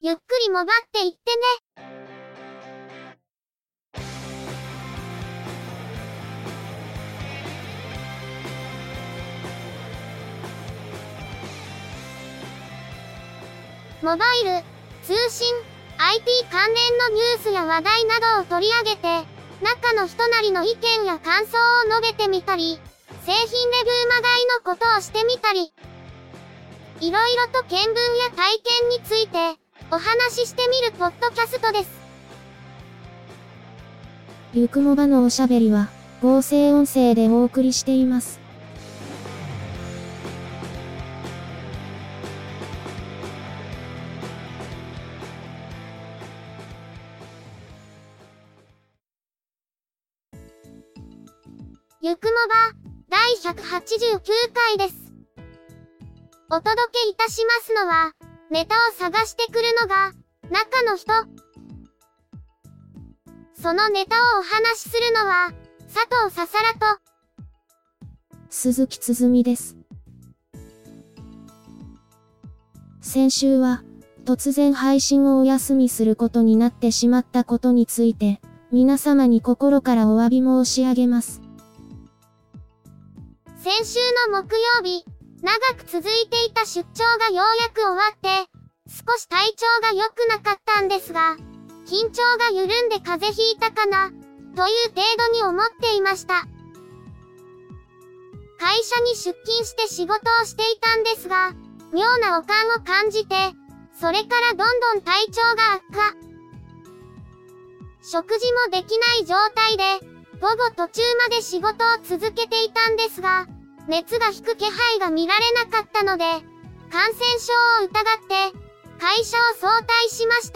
ゆっくりもばっていってね。モバイル、通信、IT 関連のニュースや話題などを取り上げて、中の人なりの意見や感想を述べてみたり、製品レビューまがいのことをしてみたり、いろいろと見聞や体験について、お話ししてみるポッドキャストです。 ゆくもばのおしゃべりは、合成音声でお送りしています。 ゆくもば、第189回です。お届けいたしますのは、ネタを探してくるのが、中の人。そのネタをお話しするのは、佐藤ささらと、 鈴木つづみです。先週は、突然配信をお休みすることになってしまったことについて、皆様に心からお詫び申し上げます。 先週の木曜日、長く続いていた出張がようやく終わって、少し体調が良くなかったんですが、緊張が緩んで風邪ひいたかな、という程度に思っていました。会社に出勤して仕事をしていたんですが、妙な悪寒を感じて、それからどんどん体調が悪化。食事もできない状態で、午後途中まで仕事を続けていたんですが、熱が引く気配が見られなかったので、感染症を疑って、会社を早退しました。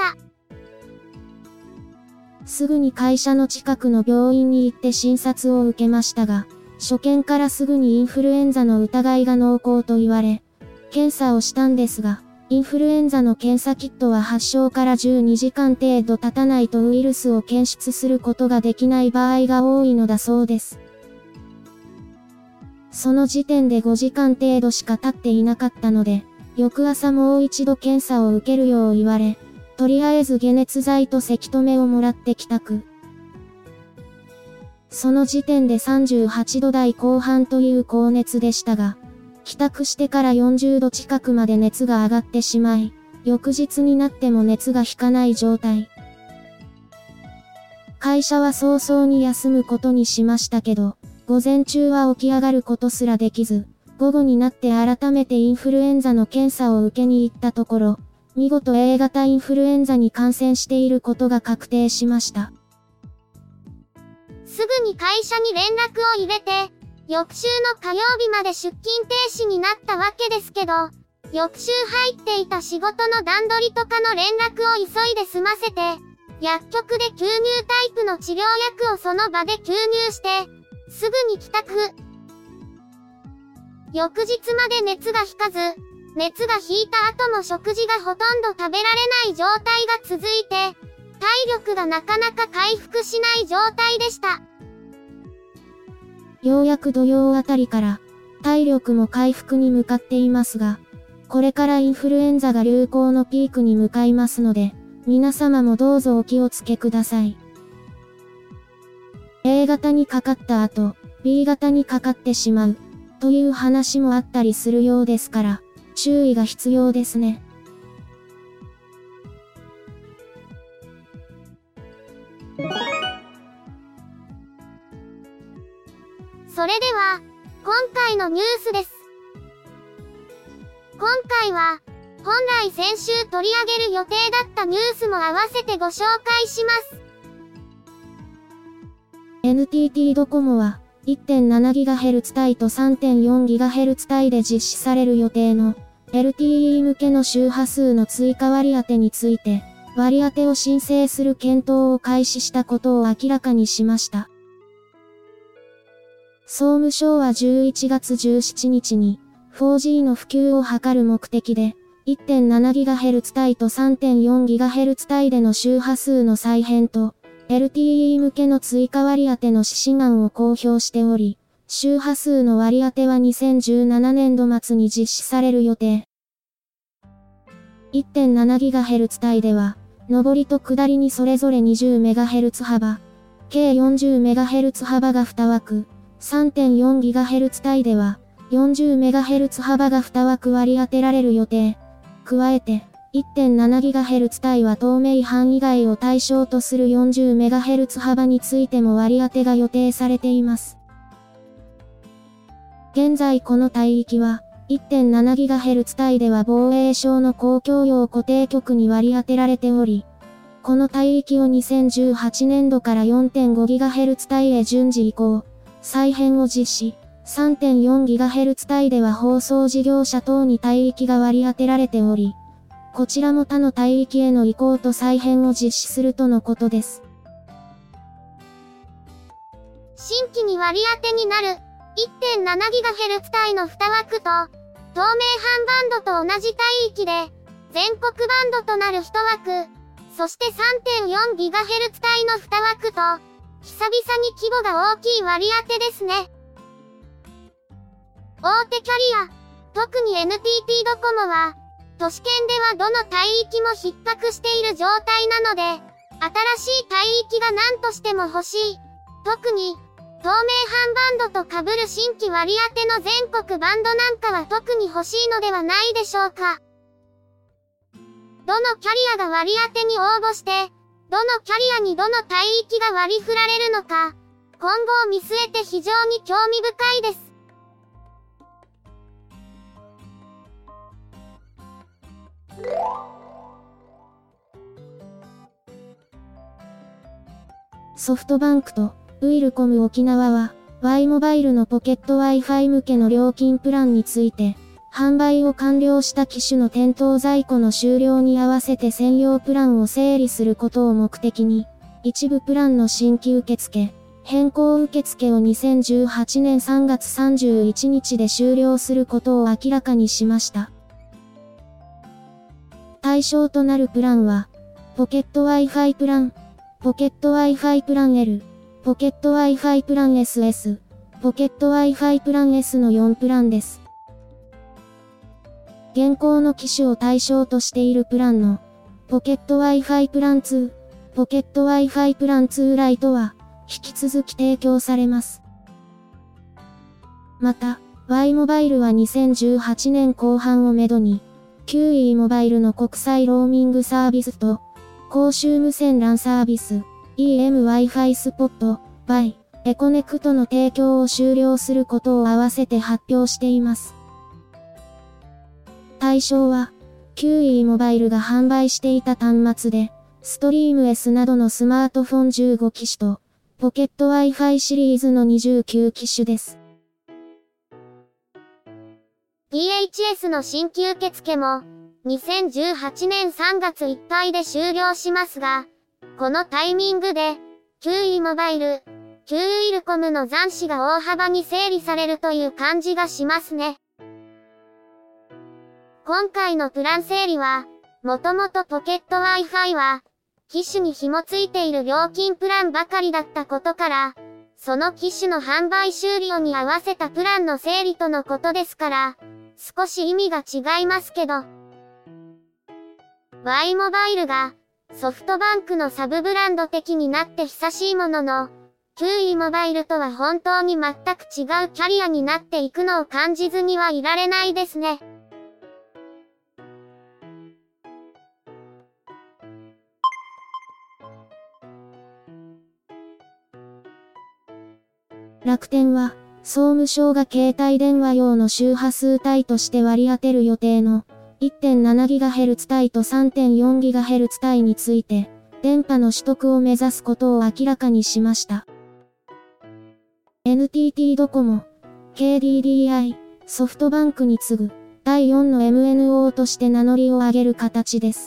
すぐに会社の近くの病院に行って診察を受けましたが、所見からすぐにインフルエンザの疑いが濃厚と言われ、検査をしたんですが、インフルエンザの検査キットは発症から12時間程度経たないとウイルスを検出することができない場合が多いのだそうです。その時点で5時間程度しか経っていなかったので、翌朝もう一度検査を受けるよう言われ、とりあえず解熱剤とせき止めをもらって帰宅。その時点で38度台後半という高熱でしたが、帰宅してから40度近くまで熱が上がってしまい、翌日になっても熱が引かない状態。会社は早々に休むことにしましたけど、午前中は起き上がることすらできず、午後になって改めてインフルエンザの検査を受けに行ったところ、見事 A 型インフルエンザに感染していることが確定しました。 すぐに会社に連絡を入れて、翌週の火曜日まで出勤停止になったわけですけど、翌週入っていた仕事の段取りとかの連絡を急いで済ませて、薬局で吸入タイプの治療薬をその場で吸入して、すぐに帰宅。翌日まで熱が引かず、熱が引いた後も食事がほとんど食べられない状態が続いて、体力がなかなか回復しない状態でした。 ようやく土曜あたりから、体力も回復に向かっていますが、これからインフルエンザが流行のピークに向かいますので、皆様もどうぞお気をつけください。A 型にかかった後、B 型にかかってしまう、という話もあったりするようですから、注意が必要ですね。 それでは、今回のニュースです。今回は、本来先週取り上げる予定だったニュースも合わせてご紹介します。 NTT ドコモは、1.7GHz 帯と 3.4GHz 帯で実施される予定の LTE 向けの周波数の追加割り当てについて、割り当てを申請する検討を開始したことを明らかにしました。総務省は11月17日に 4G の普及を図る目的で 1.7GHz 帯と 3.4GHz 帯での周波数の再編と LTE 向けの追加割り当ての指針案を公表しており、周波数の割り当ては2017年度末に実施される予定。 1.7GHz 帯では、上りと下りにそれぞれ 20MHz 幅、計 40MHz 幅が2枠、3.4GHz 帯では、40MHz 幅が2枠割り当てられる予定。加えて、1.7GHz 帯は東名阪以外を対象とする 40MHz 幅についても割り当てが予定されています。現在この帯域は、1.7GHz 帯では防衛省の公共用固定局に割り当てられており、この帯域を2018年度から 4.5GHz 帯へ順次移行、再編を実施。3.4GHz 帯では放送事業者等に帯域が割り当てられており、こちらも他の帯域への移行と再編を実施するとのことです。 新規に割り当てになる 1.7GHz 帯の2枠と、東名阪バンドと同じ帯域で、全国バンドとなる1枠、そして 3.4GHz 帯の2枠と、久々に規模が大きい割り当てですね。大手キャリア、特に NTT ドコモは、都市圏ではどの帯域も逼迫している状態なので、新しい帯域が何としても欲しい。特に、東名阪バンドと被る新規割り当ての全国バンドなんかは特に欲しいのではないでしょうか。どのキャリアが割り当てに応募して、どのキャリアにどの帯域が割り振られるのか、今後を見据えて非常に興味深いです。 ソフトバンクとウィルコム沖縄は Y モバイルのポケット Wi-Fi 向けの料金プランについて販売を完了した機種の店頭在庫の終了に合わせて専用プランを整理することを目的に一部プランの新規受付、変更受付を2018年3月31日で終了することを明らかにしました。対象となるプランは、ポケット Wi-Fi プラン、ポケット Wi-Fi プラン L、ポケット Wi-Fi プラン SS、ポケット Wi-Fi プラン S の4プランです。現行の機種を対象としているプランの、ポケット Wi-Fi プラン2、ポケット Wi-Fi プラン2ライトは、引き続き提供されます。また、Y モバイルは2018年後半をめどに、QE モバイルの国際ローミングサービスと、公衆無線 LAN サービス、EM-Wi-Fi スポット、by、エコネクトの提供を終了することを合わせて発表しています。対象は、QE モバイルが販売していた端末で、ストリーム S などのスマートフォン15機種と、ポケット Wi-Fi シリーズの29機種です。 PHS の新規受付も、2018年3月いっぱいで終了しますが、このタイミングで、QE モバイル、Q ウィルコムの残資が大幅に整理されるという感じがしますね。今回のプラン整理は、もともとポケット Wi-Fi は、機種に紐ついている料金プランばかりだったことから、その機種の販売終了に合わせたプランの整理とのことですから、少し意味が違いますけど。Y モバイルが、ソフトバンクのサブブランド的になって久しいものの、QE モバイルとは本当に全く違うキャリアになっていくのを感じずにはいられないですね。 楽天は、総務省が携帯電話用の周波数帯として割り当てる予定の 1.7GHz 帯と 3.4GHz 帯について、電波の取得を目指すことを明らかにしました。NTT ドコモ、KDDI、ソフトバンクに次ぐ、第4の MNO として名乗りを上げる形です。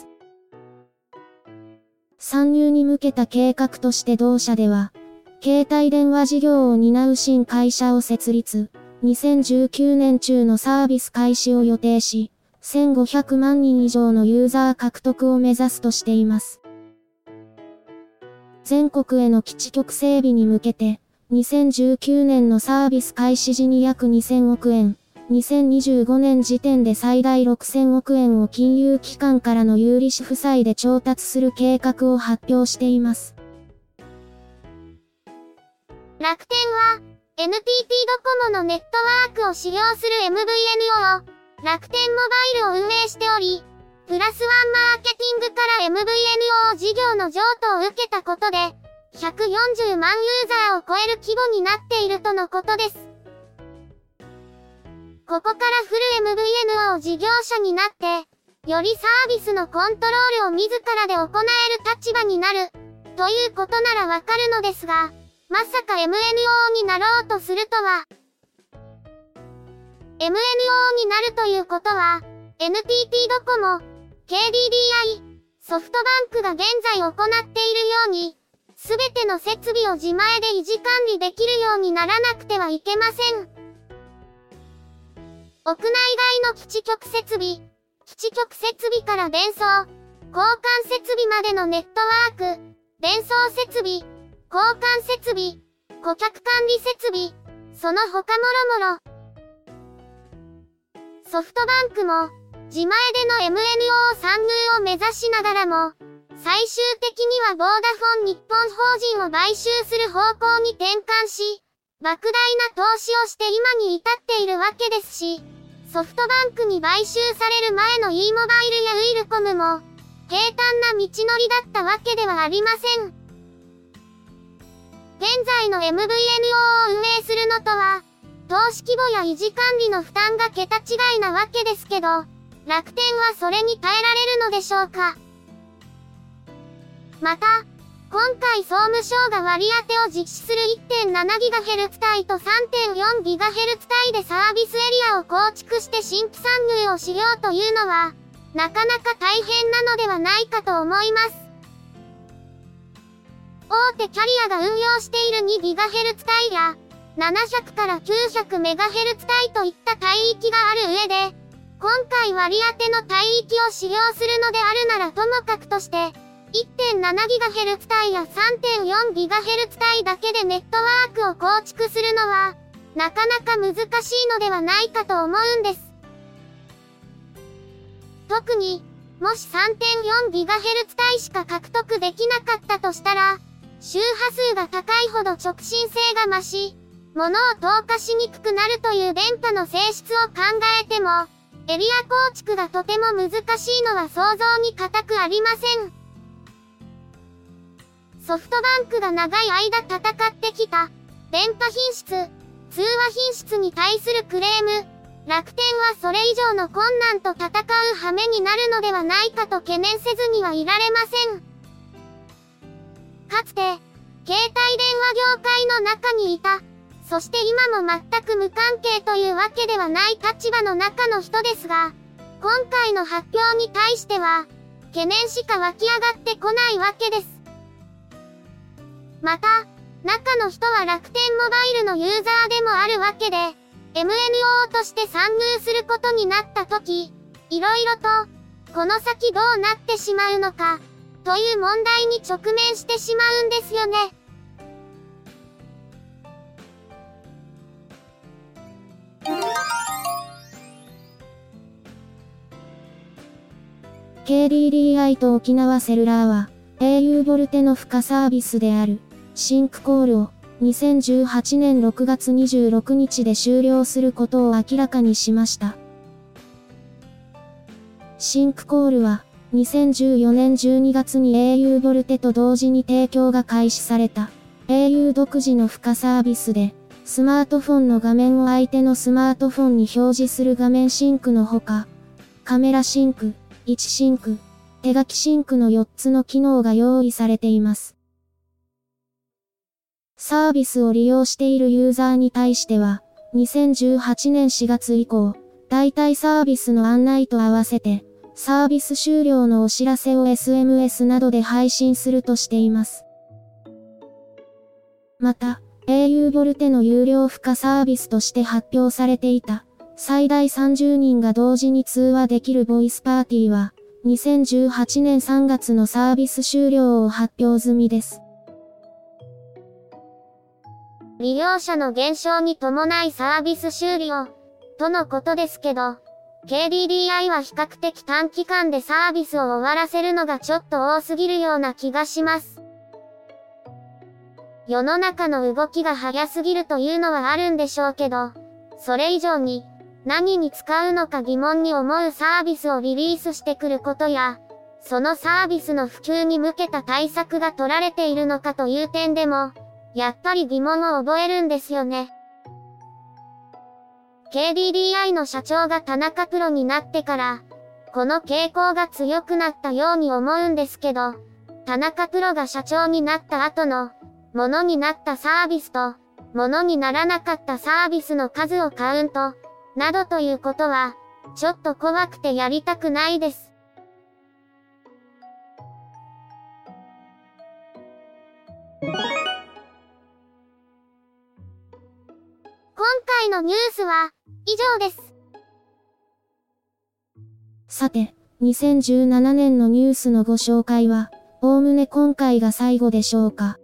参入に向けた計画として同社では、携帯電話事業を担う新会社を設立、2019年中のサービス開始を予定し、1500万人以上のユーザー獲得を目指すとしています。全国への基地局整備に向けて、2019年のサービス開始時に約2000億円、 2025年時点で最大6000億円を金融機関からの有利子負債で調達する計画を発表しています。 楽天は、NTT ドコモのネットワークを使用する MVNO 楽天モバイルを運営しており、プラスワンマーケティングから MVNO 事業の譲渡を受けたことで、140万ユーザーを超える規模になっているとのことです。ここからフル MVNO 事業者になって、よりサービスのコントロールを自らで行える立場になる、ということならわかるのですが、まさか MNO になろうとするとは。MNO になるということは、NTT ドコモ、KDDI、ソフトバンクが現在行っているように、すべての設備を自前で維持管理できるようにならなくてはいけません。屋内外の基地局設備、基地局設備から伝送、交換設備までのネットワーク、伝送設備、交換設備、顧客管理設備、その他もろもろ。ソフトバンクも、自前での MNO 参入を目指しながらも、最終的にはボーダフォン日本法人を買収する方向に転換し、莫大な投資をして今に至っているわけですし、ソフトバンクに買収される前の e モバイルやウイルコムも、平坦な道のりだったわけではありません。現在の MVNO を運営するのとは、投資規模や維持管理の負担が桁違いなわけですけど、楽天はそれに耐えられるのでしょうか。また、今回総務省が割り当てを実施する 1.7GHz 帯と 3.4GHz 帯でサービスエリアを構築して新規参入をしようというのは、なかなか大変なのではないかと思います。大手キャリアが運用している 2GHz 帯や、700から 900MHz 帯といった帯域がある上で、今回割り当ての帯域を使用するのであるならともかくとして、1.7GHz 帯や 3.4GHz 帯だけでネットワークを構築するのは、なかなか難しいのではないかと思うんです。特に、もし 3.4GHz 帯しか獲得できなかったとしたら、周波数が高いほど直進性が増し、物を投下しにくくなるという電波の性質を考えても、エリア構築がとても難しいのは想像に難くありません。ソフトバンクが長い間戦ってきた、電波品質、通話品質に対するクレーム、楽天はそれ以上の困難と戦う羽目になるのではないかと懸念せずにはいられません。かつて、携帯電話業界の中にいた、そして今も全く無関係というわけではない立場の中の人ですが、今回の発表に対しては、懸念しか湧き上がってこないわけです。また、中の人は楽天モバイルのユーザーでもあるわけで、MNO として参入することになったとき、いろいろと、この先どうなってしまうのか、という問題に直面してしまうんですよね。 KDDI と沖縄セルラーは、au ボルテの付加サービスである、シンクコールを、2018年6月26日で終了することを明らかにしました。シンクコールは、2014年12月に au ボルテと同時に提供が開始された、au 独自の付加サービスで、スマートフォンの画面を相手のスマートフォンに表示する画面シンクのほか、カメラシンク、位置シンク、手書きシンクの4つの機能が用意されています。サービスを利用しているユーザーに対しては、2018年4月以降、代替サービスの案内と合わせて、サービス終了のお知らせを SMS などで配信するとしています。また、au ボルテの有料付加サービスとして発表されていた、最大30人が同時に通話できるボイスパーティーは、2018年3月のサービス終了を発表済みです。 利用者の減少に伴いサービス終了とのことですけど、KDDI は比較的短期間でサービスを終わらせるのがちょっと多すぎるような気がします。世の中の動きが早すぎるというのはあるんでしょうけど、それ以上に、何に使うのか疑問に思うサービスをリリースしてくることや、そのサービスの普及に向けた対策が取られているのかという点でも、やっぱり疑問を覚えるんですよね。KDDI の社長が田中プロになってから、この傾向が強くなったように思うんですけど、田中プロが社長になった後の、ものになったサービスと、ものにならなかったサービスの数をカウント、などということは、ちょっと怖くてやりたくないです。今回のニュースは、以上です。 さて、2017年のニュースのご紹介は、おおむね今回が最後でしょうか。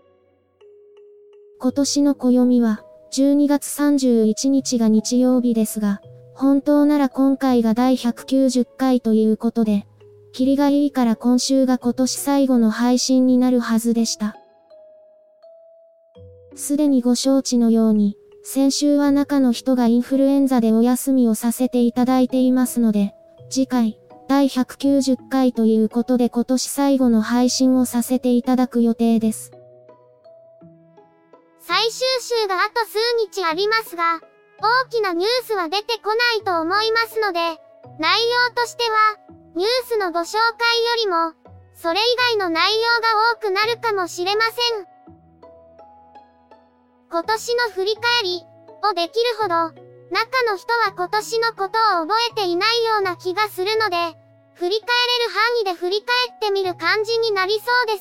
今年の暦は、12月31日が日曜日ですが、本当なら今回が第190回ということで、キリがいいから今週が今年最後の配信になるはずでした。すでにご承知のように、先週は中の人がインフルエンザでお休みをさせていただいていますので、次回、第190回ということで今年最後の配信をさせていただく予定です。 最終週があと数日ありますが、大きなニュースは出てこないと思いますので、内容としては、ニュースのご紹介よりも、それ以外の内容が多くなるかもしれません。今年の振り返りをできるほど、中の人は今年のことを覚えていないような気がするので、振り返れる範囲で振り返ってみる感じになりそうです。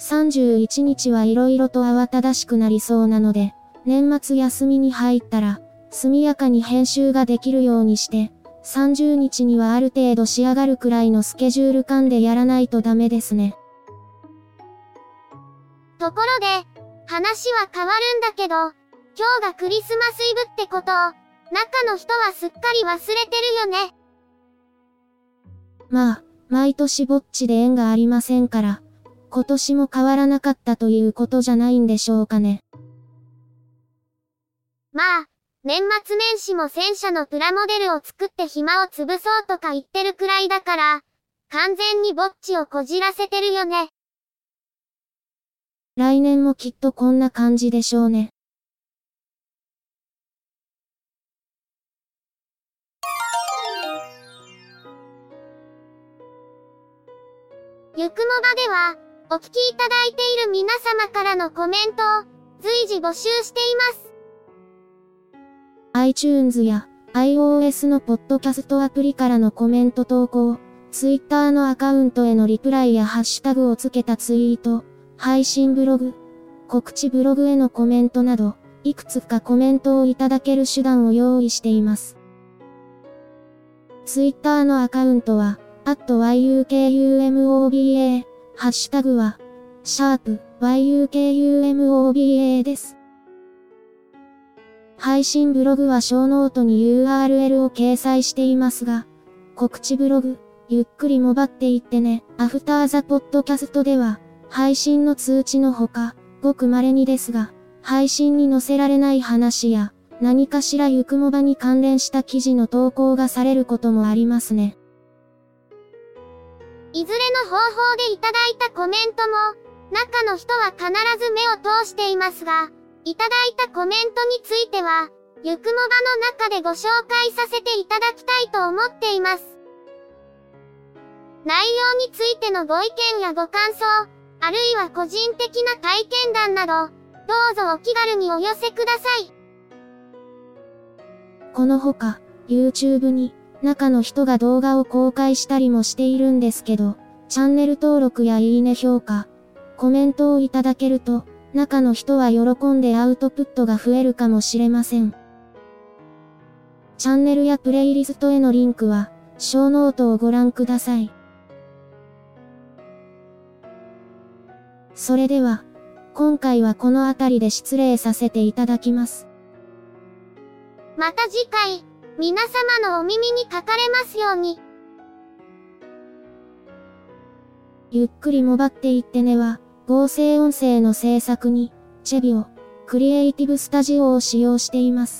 31日は色々と慌ただしくなりそうなので、年末休みに入ったら、速やかに編集ができるようにして、30日にはある程度仕上がるくらいのスケジュール感でやらないとダメですね。 ところで、話は変わるんだけど、今日がクリスマスイブってことを、中の人はすっかり忘れてるよね。 まあ、毎年ぼっちで縁がありませんから、今年も変わらなかったということじゃないんでしょうかね。 まあ、年末年始も戦車のプラモデルを作って暇を潰そうとか言ってるくらいだから、完全にぼっちをこじらせてるよね。 来年もきっとこんな感じでしょうね。 ゆくもばでは、お聞きいただいている皆様からのコメントを随時募集しています。 iTunes や iOS のポッドキャストアプリからのコメント投稿、Twitter のアカウントへのリプライやハッシュタグをつけたツイート、配信ブログ、告知ブログへのコメントなど、いくつかコメントをいただける手段を用意しています。Twitter のアカウントは、@yukumoba、ハッシュタグは、#yukumoba です。配信ブログは小ノートに URL を掲載していますが、告知ブログ、ゆっくりもばっていってね、アフターザポッドキャストでは、配信の通知のほか、ごく稀にですが、配信に載せられない話や、何かしらゆくもばに関連した記事の投稿がされることもありますね。 いずれの方法でいただいたコメントも、中の人は必ず目を通していますが、いただいたコメントについては、ゆくもばの中でご紹介させていただきたいと思っています。内容についてのご意見やご感想、あるいは個人的な体験談など、どうぞお気軽にお寄せください。 このほか、YouTube に、中の人が動画を公開したりもしているんですけど、チャンネル登録やいいね評価、コメントをいただけると、中の人は喜んでアウトプットが増えるかもしれません。チャンネルやプレイリストへのリンクは、小ノートをご覧ください。それでは、今回はこの辺りで失礼させていただきます。 また次回、皆様のお耳にかかれますように。 ゆっくりもばっていってねは、合成音声の制作に、チェビオ、クリエイティブスタジオを使用しています。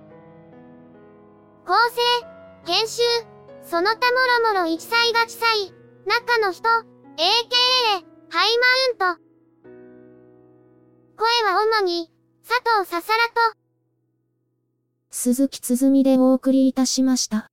構成、編集、その他もろもろ一切が地裁、中の人、AKA、ハイマウント。声は主に、佐藤ささらと、 鈴木つづみでお送りいたしました。